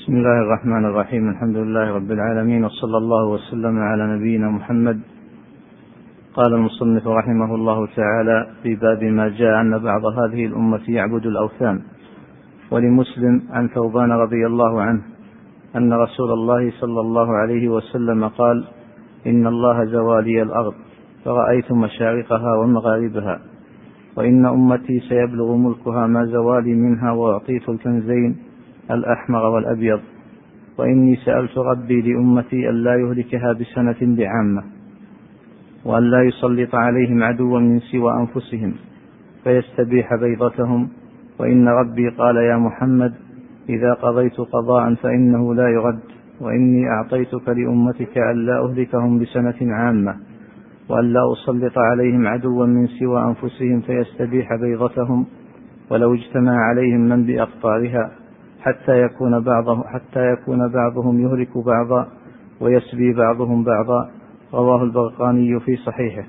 بسم الله الرحمن الرحيم. الحمد لله رب العالمين، وصلى الله وسلم على نبينا محمد. قال المصنف رحمه الله تعالى في باب ما جاء أن بعض هذه الأمة يعبد الأوثان. ولمسلم عن ثوبان رضي الله عنه أن رسول الله صلى الله عليه وسلم قال: إن الله زوالي الأرض فرأيت مشارقها ومغاربها، وإن أمتي سيبلغ ملكها ما زوالي منها، وأعطيت الكنزين الأحمر والأبيض، وإني سألت ربي لأمتي ألا يهلكها بسنة بعامة، وأن لا يسلط عليهم عدوا من سوى أنفسهم فيستبيح بيضتهم، وإن ربي قال: يا محمد إذا قضيت قضاء فإنه لا يرد، وإني أعطيتك لأمتك ألا أهلكهم بسنة عامة، وأن لا أسلط عليهم عدوا من سوى أنفسهم فيستبيح بيضتهم، ولو اجتمع عليهم من بأقطارها حتى يكون بعضهم يهلك بعضا ويسبي بعضهم بعضا. رواه البرقاني في صحيحه.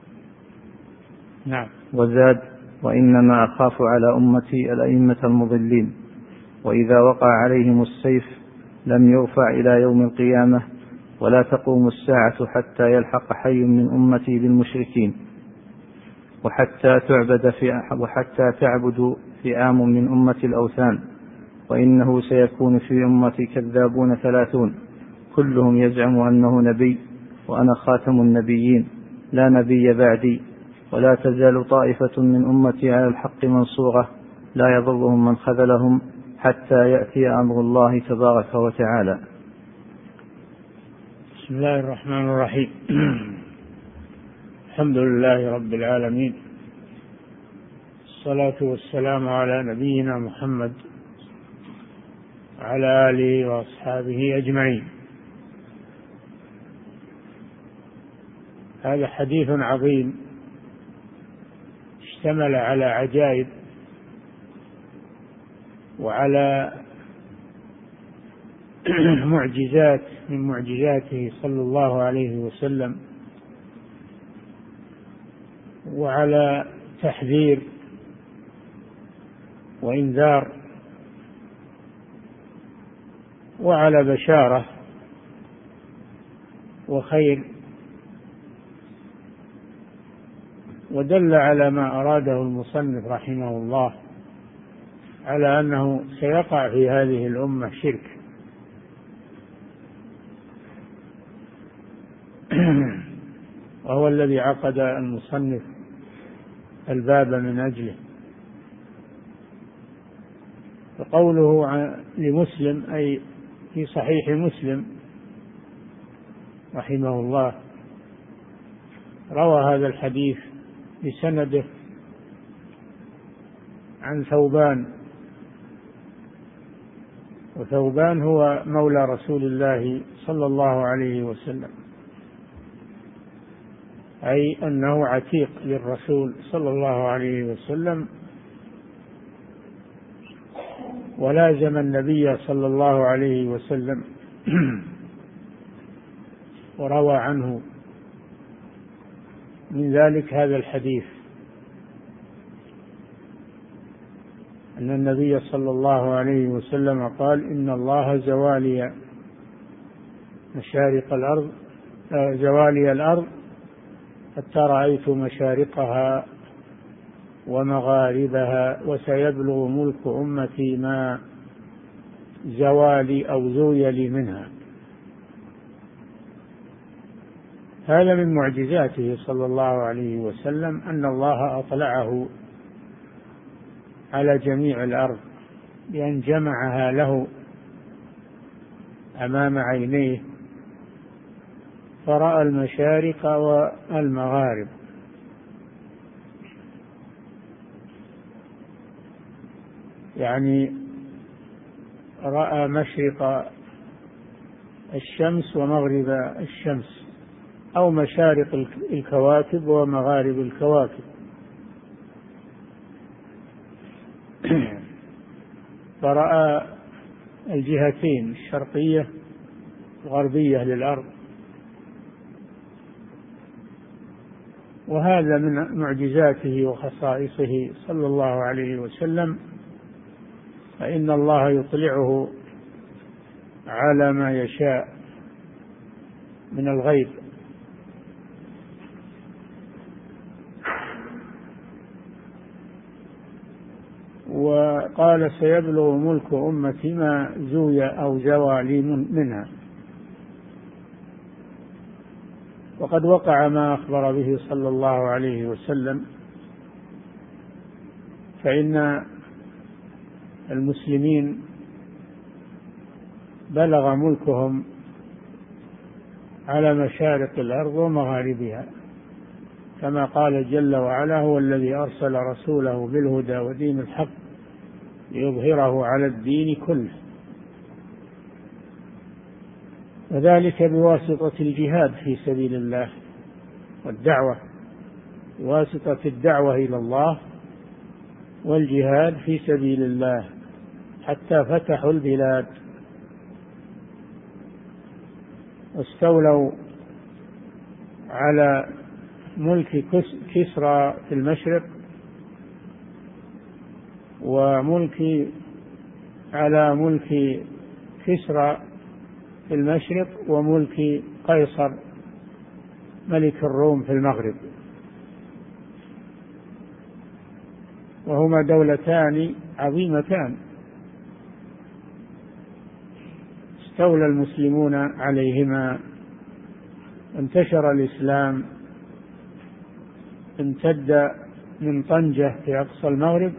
نعم. وزاد: وإنما أخاف على أمتي الأئمة المضلين، وإذا وقع عليهم السيف لم يرفع إلى يوم القيامة، ولا تقوم الساعة حتى يلحق حي من أمتي بالمشركين، وحتى تعبد فئام من أمة الأوثان، وإنه سيكون في أمتي كذابون 30 كلهم يزعم أنه نبي، وأنا خاتم النبيين لا نبي بعدي، ولا تزال طائفة من أمتي على الحق منصورة لا يضرهم من خذلهم حتى يأتي أمر الله تبارك وتعالى. بسم الله الرحمن الرحيم. الحمد لله رب العالمين، الصلاة والسلام على نبينا محمد وعلى آله وأصحابه أجمعين. هذا حديث عظيم اشتمل على عجائب وعلى معجزات من معجزاته صلى الله عليه وسلم، وعلى تحذير وإنذار، وعلى بشارة وخير، ودل على ما أراده المصنف رحمه الله على أنه سيقع في هذه الأمة شرك، وهو الذي عقد المصنف الباب من أجله. فقوله لمسلم أي في صحيح مسلم رحمه الله روى هذا الحديث بسنده عن ثوبان، وثوبان هو مولى رسول الله صلى الله عليه وسلم، أي أنه عتيق للرسول صلى الله عليه وسلم، ولازم النبي صلى الله عليه وسلم وروى عنه من ذلك هذا الحديث، أن النبي صلى الله عليه وسلم قال: إن الله زوالي مشارق الأرض زوالي الأرض حتى رأيت مشارقها ومغاربها، وسيبلغ ملك أمتي ما زوالي أو زويلي منها. هذا من معجزاته صلى الله عليه وسلم أن الله أطلعه على جميع الأرض بأن جمعها له أمام عينيه، فرأى المشارق والمغارب، يعني رأى مشرق الشمس ومغرب الشمس، أو مشارق الكواكب ومغارب الكواكب. فرأى الجهتين الشرقية الغربية للأرض، وهذا من معجزاته وخصائصه صلى الله عليه وسلم، فإن الله يطلعه على ما يشاء من الغيب. وقال سيبلغ ملك أمتي ما زوي أو زوى لي منها. وقد وقع ما أخبر به صلى الله عليه وسلم، فإن المسلمين بلغ ملكهم على مشارق الأرض ومغاربها، كما قال جل وعلا: هو الذي أرسل رسوله بالهدى ودين الحق ليظهره على الدين كله، وذلك بواسطة الجهاد في سبيل الله والدعوة، بواسطة الدعوة إلى الله والجهاد في سبيل الله حتى فتحوا البلاد واستولوا على ملك كسرى في المشرق، وملك على ملك كسرى في المشرق، وملك قيصر ملك الروم في المغرب، وهما دولتان عظيمتان استولى المسلمون عليهما. انتشر الإسلام، امتد من طنجة في أقصى المغرب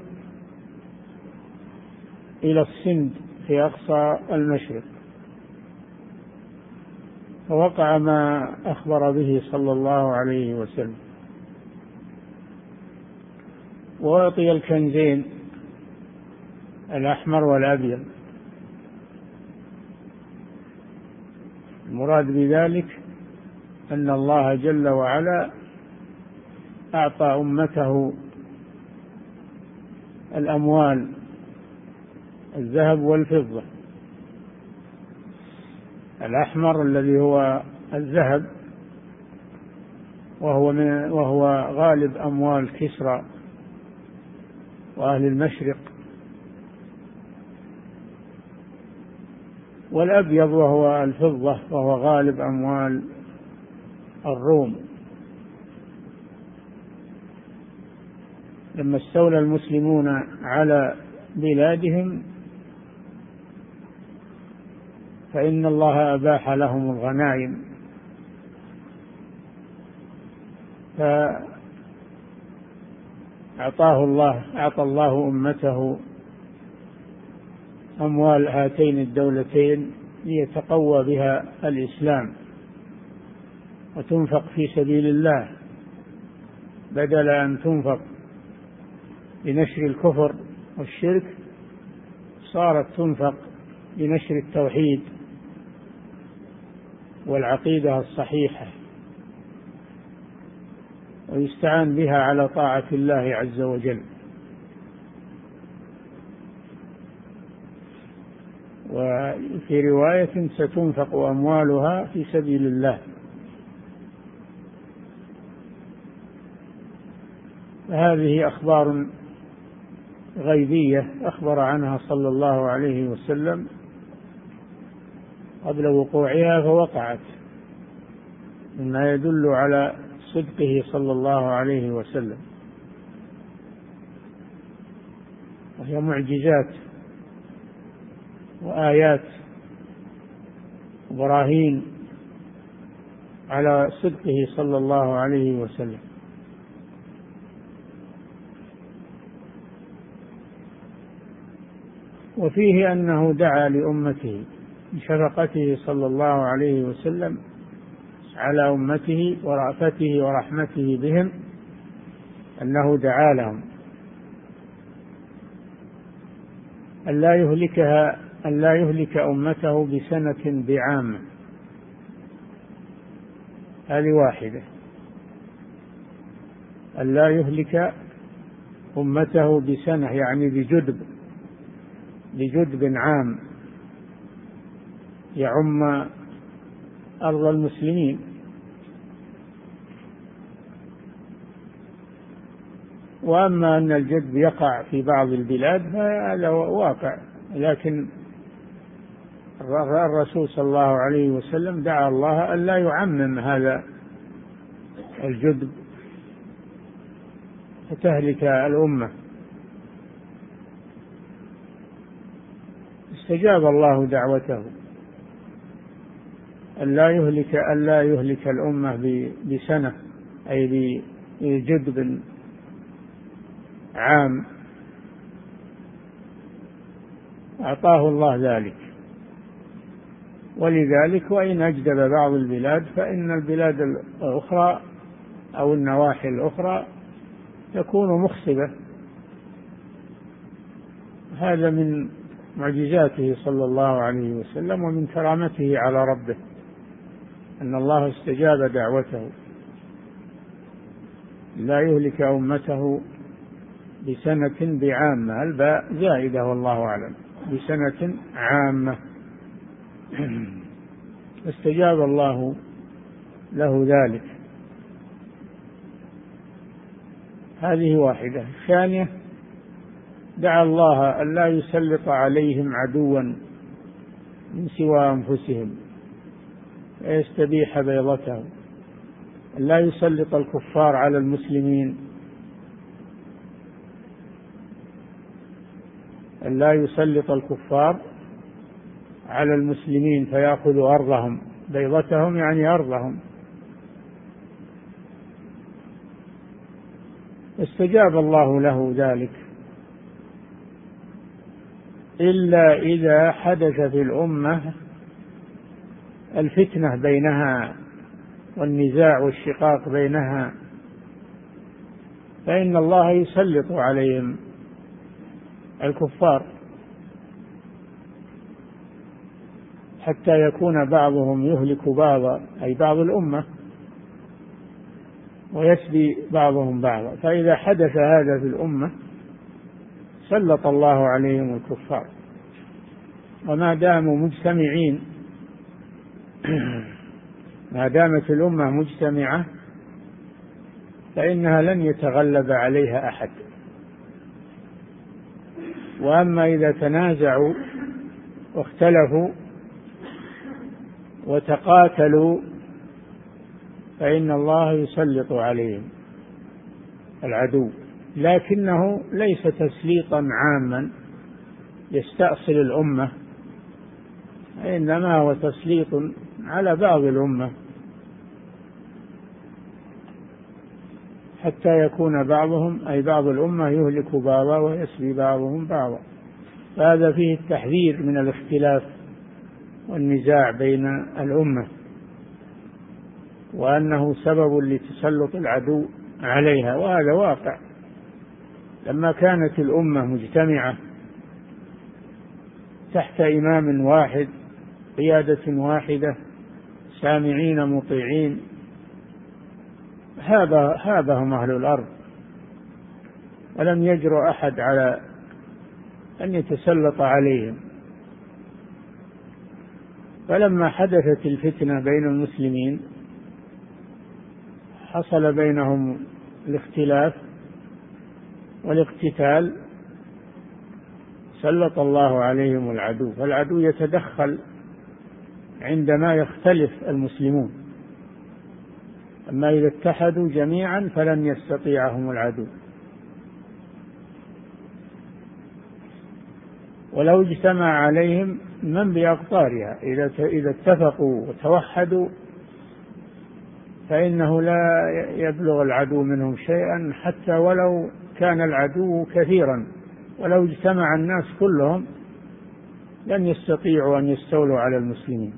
إلى السند في أقصى المشرق، فوقع ما أخبر به صلى الله عليه وسلم، وأعطي الكنزين الأحمر والأبيض. المراد بذلك أن الله جل وعلا أعطى أمته الأموال، الذهب والفضة. الأحمر الذي هو الذهب، وهو غالب أموال كسرى وأهل المشرق، والأبيض وهو الفضة وهو غالب أموال الروم. لما استولى المسلمون على بلادهم فإن الله أباح لهم الغنائم، أعطى الله أمته أموال هاتين الدولتين ليتقوى بها الإسلام وتنفق في سبيل الله، بدل أن تنفق لنشر الكفر والشرك صارت تنفق لنشر التوحيد والعقيدة الصحيحة، ويستعان بها على طاعة الله عز وجل. وفي رواية ستنفق أموالها في سبيل الله. هذه أخبار غيبية أخبر عنها صلى الله عليه وسلم قبل وقوعها فوقعت، مما يدل على صدقه صلى الله عليه وسلم، وهي معجزات وآيات وبراهين على صدقه صلى الله عليه وسلم. وفيه أنه دعا لأمته بشفقته صلى الله عليه وسلم على أمته ورأفته ورحمته بهم، أنه دعا لهم أن لا يهلك أمته بسنة بعامة. هذه واحدة، أن لا يهلك أمته بسنة يعني بجدب عام يعم أرض المسلمين. وأما أن الجدب يقع في بعض البلاد فهذا واقع، لكن الرسول صلى الله عليه وسلم دعا الله أن لا يعمم هذا الجدب فتهلك الأمة. استجاب الله دعوته أن لا يهلك الأمة بسنة، أي بجدب عام، أعطاه الله ذلك. ولذلك وإن أجدب بعض البلاد فإن البلاد الأخرى أو النواحي الأخرى تكون مخصبة. هذا من معجزاته صلى الله عليه وسلم ومن كرامته على ربه أن الله استجاب دعوته لا يهلك أمته بسنة بعامة، الباء زائدة والله أعلم، بسنة عامة. استجاب الله له ذلك. هذه واحدة. الثانية دعا الله أن لا يسلط عليهم عدوا من سوى أنفسهم فيستبيح بيضتهم، أن لا يسلط الكفار على المسلمين، أن لا يسلط الكفار على المسلمين فيأخذوا أرضهم، بيضتهم يعني أرضهم. استجاب الله له ذلك، إلا إذا حدث في الأمة الفتنة بينها والنزاع والشقاق بينها فإن الله يسلط عليهم الكفار حتى يكون بعضهم يهلك بعضا، أي بعض الأمة، ويسبي بعضهم بعضا. فإذا حدث هذا في الأمة سلط الله عليهم الكفار. وما داموا مجتمعين ما دامت الأمة مجتمعة فإنها لن يتغلب عليها أحد. وأما إذا تنازعوا واختلفوا وتقاتلوا فإن الله يسلط عليهم العدو، لكنه ليس تسليطا عاما يستأصل الأمة، إنما هو تسليط على بعض الأمة حتى يكون بعضهم، أي بعض الأمة، يهلك بعضا ويسبي بعضهم بعضا. فهذا فيه التحذير من الاختلاف والنزاع بين الأمة، وأنه سبب لتسلط العدو عليها. وهذا واقع. لما كانت الأمة مجتمعة تحت إمام واحد، قيادة واحدة، سامعين مطيعين، هابهم أهل الأرض، ولم يجرؤ أحد على أن يتسلط عليهم. فلما حدثت الفتنة بين المسلمين حصل بينهم الاختلاف والاقتتال، سلط الله عليهم العدو. فالعدو يتدخل عندما يختلف المسلمون، أما إذا اتحدوا جميعا فلن يستطيعهم العدو. ولو اجتمع عليهم من بأقطارها، إذا اتفقوا وتوحدوا فإنه لا يبلغ العدو منهم شيئا، حتى ولو كان العدو كثيرا. ولو اجتمع الناس كلهم لن يستطيعوا أن يستولوا على المسلمين.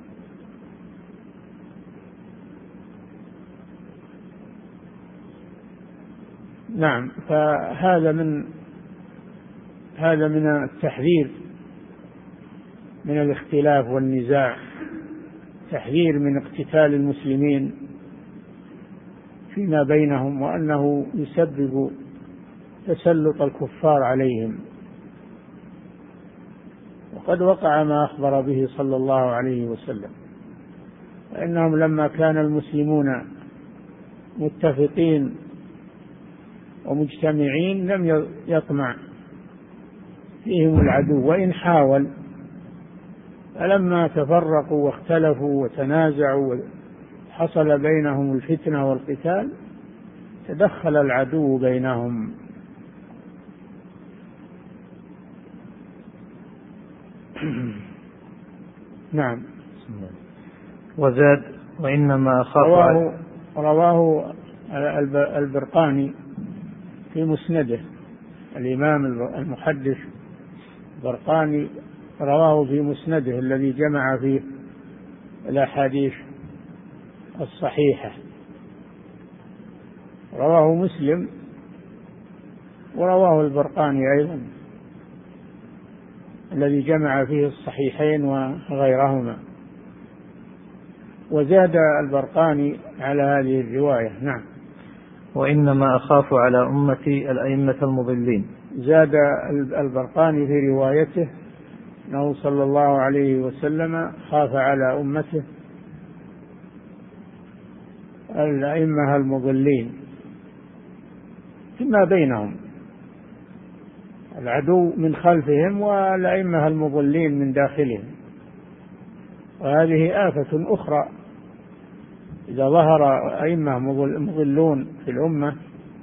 نعم. فهذا من التحذير من الاختلاف والنزاع، تحذير من اقتتال المسلمين فيما بينهم، وأنه يسبب تسلط الكفار عليهم. وقد وقع ما أخبر به صلى الله عليه وسلم، فإنهم لما كان المسلمون متفقين ومجتمعين لم يطمع فيهم العدو، وإن حاول فلما تفرقوا واختلفوا وتنازعوا وحصل بينهم الفتنة والقتال تدخل العدو بينهم. نعم. وزاد وإنما أخاف. رواه البرقاني في مسنده، الإمام المحدث البرقاني رواه في مسنده الذي جمع فيه الأحاديث الصحيحة. رواه مسلم ورواه البرقاني أيضا الذي جمع فيه الصحيحين وغيرهما. وزاد البرقاني على هذه الرواية. نعم. وإنما أخاف على أمتي الأئمة المضلين. زاد البرقاني في روايته أنه صلى الله عليه وسلم خاف على أمته الأئمة المضلين فيما بينهم، العدو من خلفهم والأئمة المضلين من داخلهم. وهذه آفة أخرى، إذا ظهر أئمة مضلون في الأمة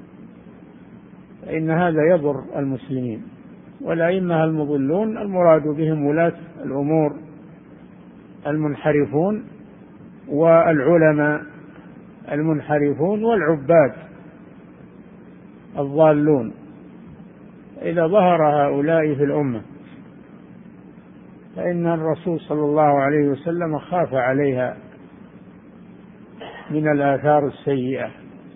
فإن هذا يضر المسلمين. والأئمة المضلون المراد بهم ولاة الأمور المنحرفون والعلماء المنحرفون والعباد الضالون. إذا ظهر هؤلاء في الأمة فإن الرسول صلى الله عليه وسلم خاف عليها من الآثار السيئة.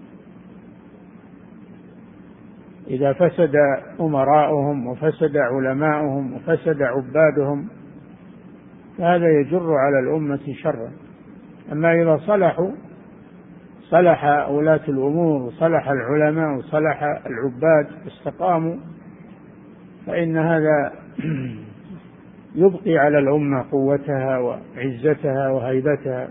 إذا فسد أمراؤهم وفسد علماؤهم وفسد عبادهم فهذا يجر على الأمة شرا. أما إذا صلحوا، صلح ولاة الأمور وصلح العلماء وصلح العباد استقاموا، فإن هذا يبقي على الأمة قوتها وعزتها وهيبتها.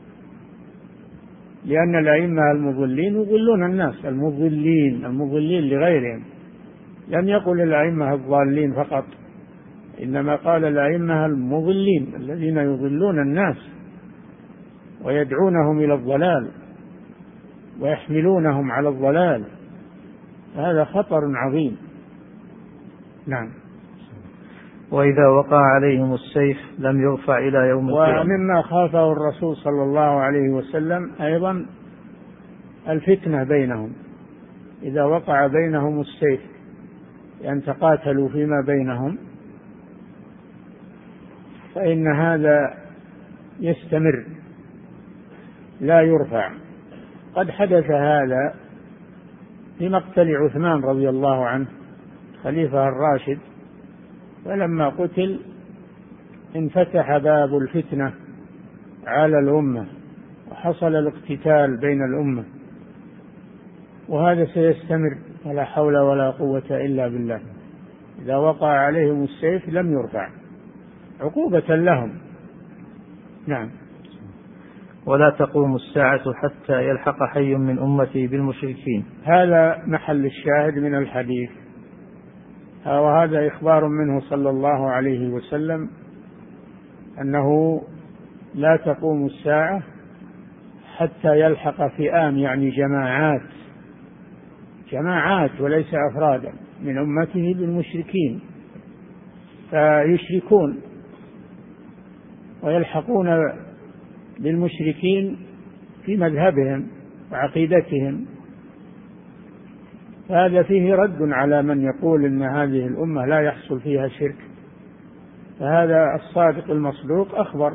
لأن الأئمة المضلين يضلون الناس، المضلين لغيرهم. لم يقل الأئمة الضالين فقط، إنما قال الأئمة المضلين الذين يضلون الناس ويدعونهم إلى الضلال ويحملونهم على الضلال. هذا خطر عظيم. نعم. وإذا وقع عليهم السيف لم يرفع إلى يوم القيامة. ومما خافه الرسول صلى الله عليه وسلم أيضا الفتنة بينهم. إذا وقع بينهم السيف أن تقاتلوا فيما بينهم فإن هذا يستمر لا يرفع. قد حدث هذا في مقتل عثمان رضي الله عنه خليفة الراشد، فلما قتل انفتح باب الفتنة على الأمة وحصل الاقتتال بين الأمة، وهذا سيستمر ولا حول ولا قوة إلا بالله. إذا وقع عليهم السيف لم يرفع عقوبة لهم. نعم. ولا تقوم الساعة حتى يلحق حي من أمتي بالمشركين. هذا محل الشاهد من الحديث، وهذا إخبار منه صلى الله عليه وسلم أنه لا تقوم الساعة حتى يلحق فئام، يعني جماعات وليس أفرادا من أمته بالمشركين، فيشركون ويلحقون بالمشركين في مذهبهم وعقيدتهم. هذا فيه رد على من يقول إن هذه الأمة لا يحصل فيها شرك. فهذا الصادق المصدوق أخبر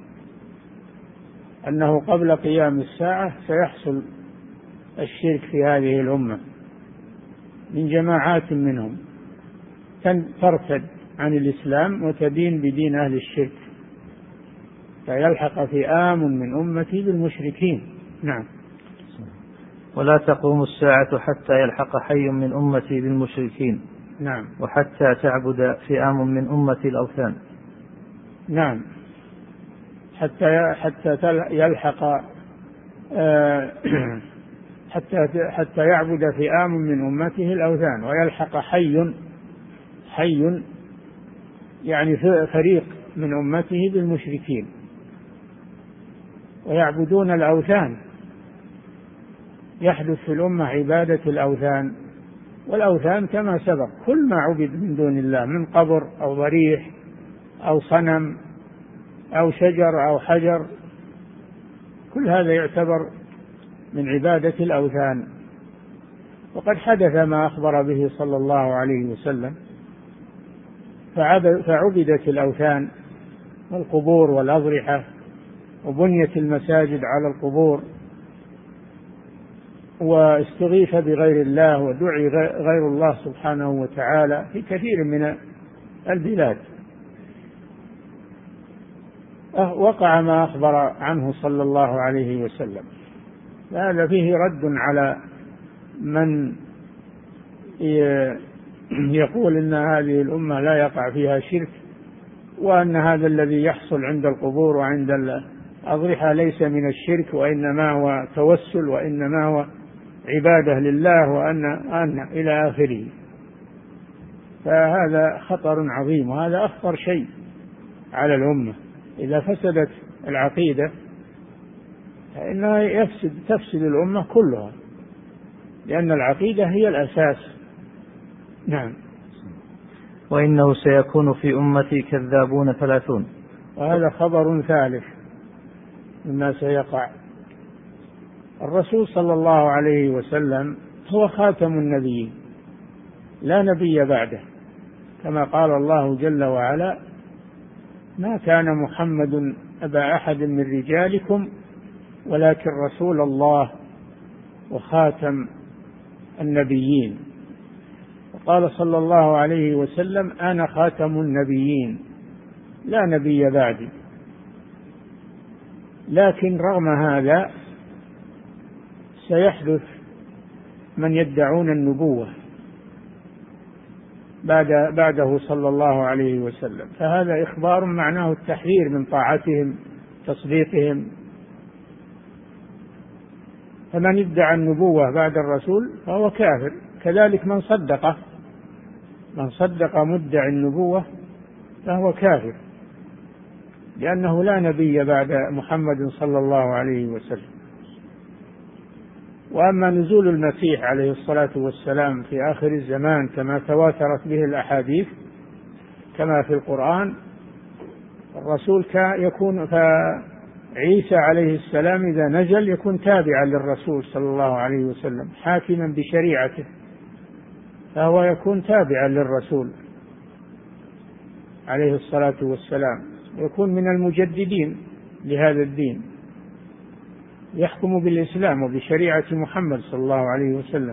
أنه قبل قيام الساعة سيحصل الشرك في هذه الأمة من جماعات منهم ترتد عن الإسلام وتدين بدين أهل الشرك، فيلحق فئام من أمتي بالمشركين. نعم. ولا تقوم الساعة حتى يلحق حي من أمتي بالمشركين. نعم. وحتى تعبد فئام من أمتي الأوثان. نعم. حتى يلحق حتى يعبد فئام من أمته الأوثان، ويلحق حي يعني فريق من أمته بالمشركين ويعبدون الأوثان. يحدث في الأمة عبادة الأوثان، والأوثان كما سبق كل ما عبد من دون الله من قبر أو ضريح أو صنم أو شجر أو حجر، كل هذا يعتبر من عبادة الأوثان. وقد حدث ما أخبر به صلى الله عليه وسلم، فعبدت الأوثان والقبور والأضرحة، وبنيت المساجد على القبور، واستغيث بغير الله ودعي غير الله سبحانه وتعالى في كثير من البلاد. وقع ما أخبر عنه صلى الله عليه وسلم. هذا فيه رد على من يقول إن هذه الأمة لا يقع فيها شرك، وأن هذا الذي يحصل عند القبور وعند الأضرحة ليس من الشرك، وإنما هو توسل، وإنما هو عبادة لله، وأن إلى آخره. فهذا خطر عظيم، وهذا أخطر شيء على الأمة. إذا فسدت العقيدة فإنها تفسد الأمة كلها، لأن العقيدة هي الأساس. نعم. وإنه سيكون في أمتي كذابون 30. وهذا خبر ثالث مما سيقع. الرسول صلى الله عليه وسلم هو خاتم النبيين، لا نبي بعده، كما قال الله جل وعلا: ما كان محمد أبا أحد من رجالكم ولكن رسول الله وخاتم النبيين. وقال صلى الله عليه وسلم: أنا خاتم النبيين لا نبي بعدي. لكن رغم هذا سيحدث من يدعون النبوة بعده صلى الله عليه وسلم، فهذا إخبار معناه التحذير من طاعتهم تصديقهم. فمن ادعى النبوة بعد الرسول فهو كافر، كذلك من صدق مدعي النبوة فهو كافر، لأنه لا نبي بعد محمد صلى الله عليه وسلم. وأما نزول المسيح عليه الصلاة والسلام في آخر الزمان كما تواترت به الأحاديث كما في القرآن، الرسول يكون فعيسى عليه السلام إذا نزل يكون تابعا للرسول صلى الله عليه وسلم حاكما بشريعته، فهو يكون تابعا للرسول عليه الصلاة والسلام، يكون من المجددين لهذا الدين، يحكم بالإسلام وبشريعة محمد صلى الله عليه وسلم،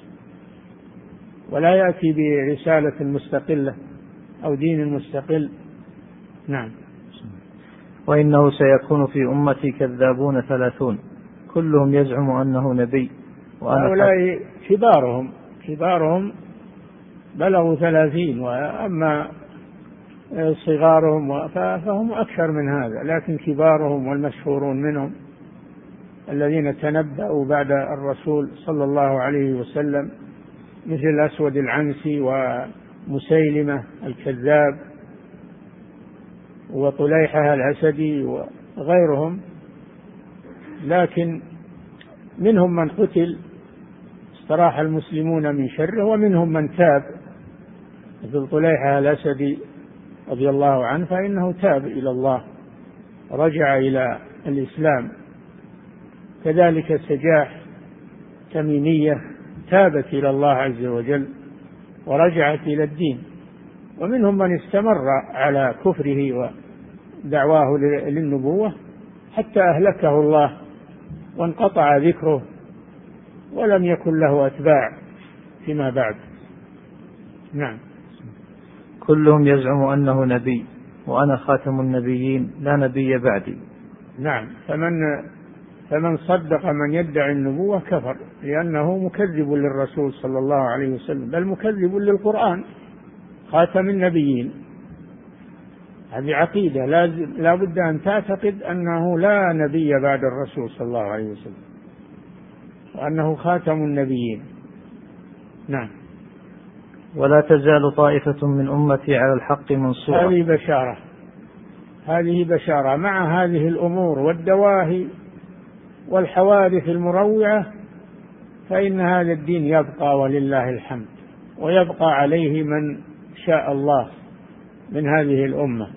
ولا يأتي برسالة مستقلة أو دين مستقل. نعم. وإنه سيكون في أمتي كذابون 30 كلهم يزعم أنه نبي. وهؤلاء كبارهم بلغوا 30، وأما صغارهم فهم أكثر من هذا، لكن كبارهم والمشهورون منهم الذين تنبأوا بعد الرسول صلى الله عليه وسلم مثل الأسود العنسي ومسيلمة الكذاب وطليحة الأسدي وغيرهم، لكن منهم من قتل استراح المسلمون من شره، ومنهم من تاب مثل طليحة الأسدي رضي الله عنه، فإنه تاب إلى الله رجع إلى الإسلام. كذلك سجاح تميمية تابت إلى الله عز وجل ورجعت إلى الدين. ومنهم من استمر على كفره ودعواه للنبوة حتى أهلكه الله وانقطع ذكره ولم يكن له أتباع فيما بعد. نعم. كلهم يزعم أنه نبي وأنا خاتم النبيين لا نبي بعدي. نعم. فمن صدق من يدعي النبوة كفر، لأنه مكذب للرسول صلى الله عليه وسلم، بل مكذب للقرآن خاتم النبيين. هذه عقيدة لا بد أن تعتقد أنه لا نبي بعد الرسول صلى الله عليه وسلم، وأنه خاتم النبيين. نعم. ولا تزال طائفة من أمتي على الحق منصورة. هذه بشارة هذه بشارة مع هذه الأمور والدواهي والحوادث المروعة، فإن هذا الدين يبقى ولله الحمد، ويبقى عليه من شاء الله من هذه الأمة،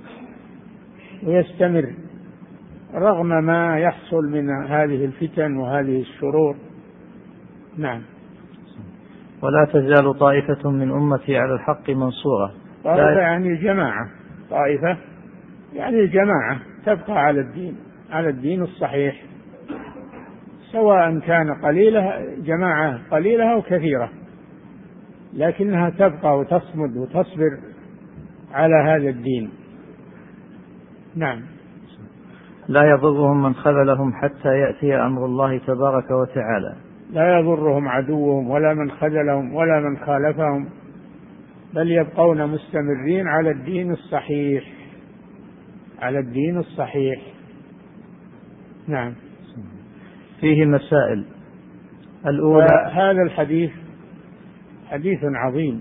ويستمر رغم ما يحصل من هذه الفتن وهذه الشرور. نعم. ولا تزال طائفة من أمتي على الحق منصورة. طائفة يعني الجماعة، طائفة يعني الجماعة تبقى على الدين الصحيح، سواء كان جماعة قليلة أو كثيرة، لكنها تبقى وتصمد وتصبر على هذا الدين. نعم. لا يضرهم من خذلهم حتى يأتي أمر الله تبارك وتعالى. لا يضرهم عدوهم ولا من خذلهم ولا من خالفهم، بل يبقون مستمرين على الدين الصحيح، على الدين الصحيح. نعم. فيه مسائل. الأولى، هذا الحديث حديث عظيم،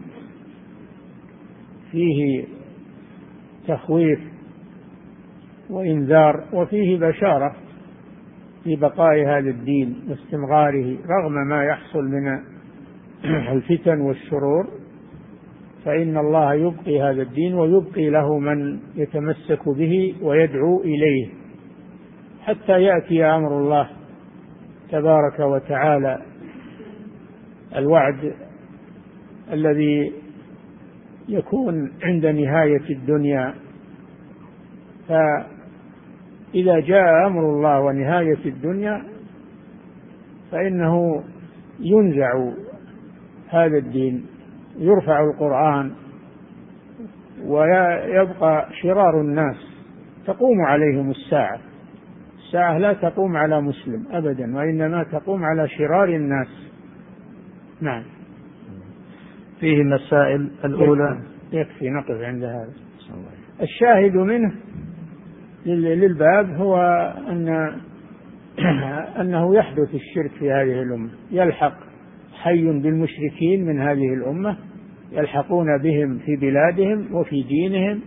فيه تخويف وإنذار، وفيه بشارة في بقاء هذا الدين واستمراره رغم ما يحصل من الفتن والشرور، فإن الله يبقي هذا الدين ويبقي له من يتمسك به ويدعو إليه حتى يأتي أمر الله تبارك وتعالى، الوعد الذي يكون عند نهاية الدنيا. فإذا جاء أمر الله ونهاية الدنيا فإنه ينزع هذا الدين، يرفع القرآن، ويبقى شرار الناس تقوم عليهم الساعة لا تقوم على مسلم أبدا، وإنما تقوم على شرار الناس. نعم. فيه مسائل. الأولى، يكفي نقف عند هذا. الشاهد منه للباب هو أنه يحدث الشرك في هذه الأمة، يلحق حي بالمشركين من هذه الأمة، يلحقون بهم في بلادهم وفي دينهم،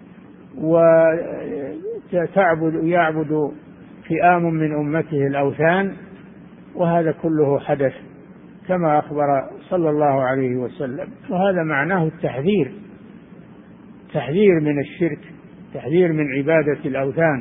ويعبد فئام من أمته الأوثان، وهذا كله حدث كما أخبر صلى الله عليه وسلم. وهذا معناه التحذير، تحذير من الشرك، تحذير من عبادة الأوثان.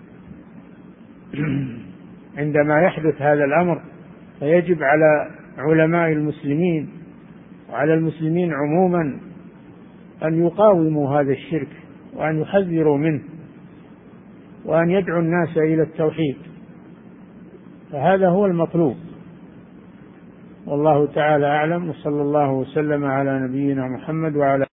عندما يحدث هذا الأمر فيجب على علماء المسلمين وعلى المسلمين عموما أن يقاوموا هذا الشرك وأن يحذروا منه وأن يدعوا الناس إلى التوحيد، فهذا هو المطلوب. والله تعالى أعلم، وصلى الله وسلم على نبينا محمد وعلى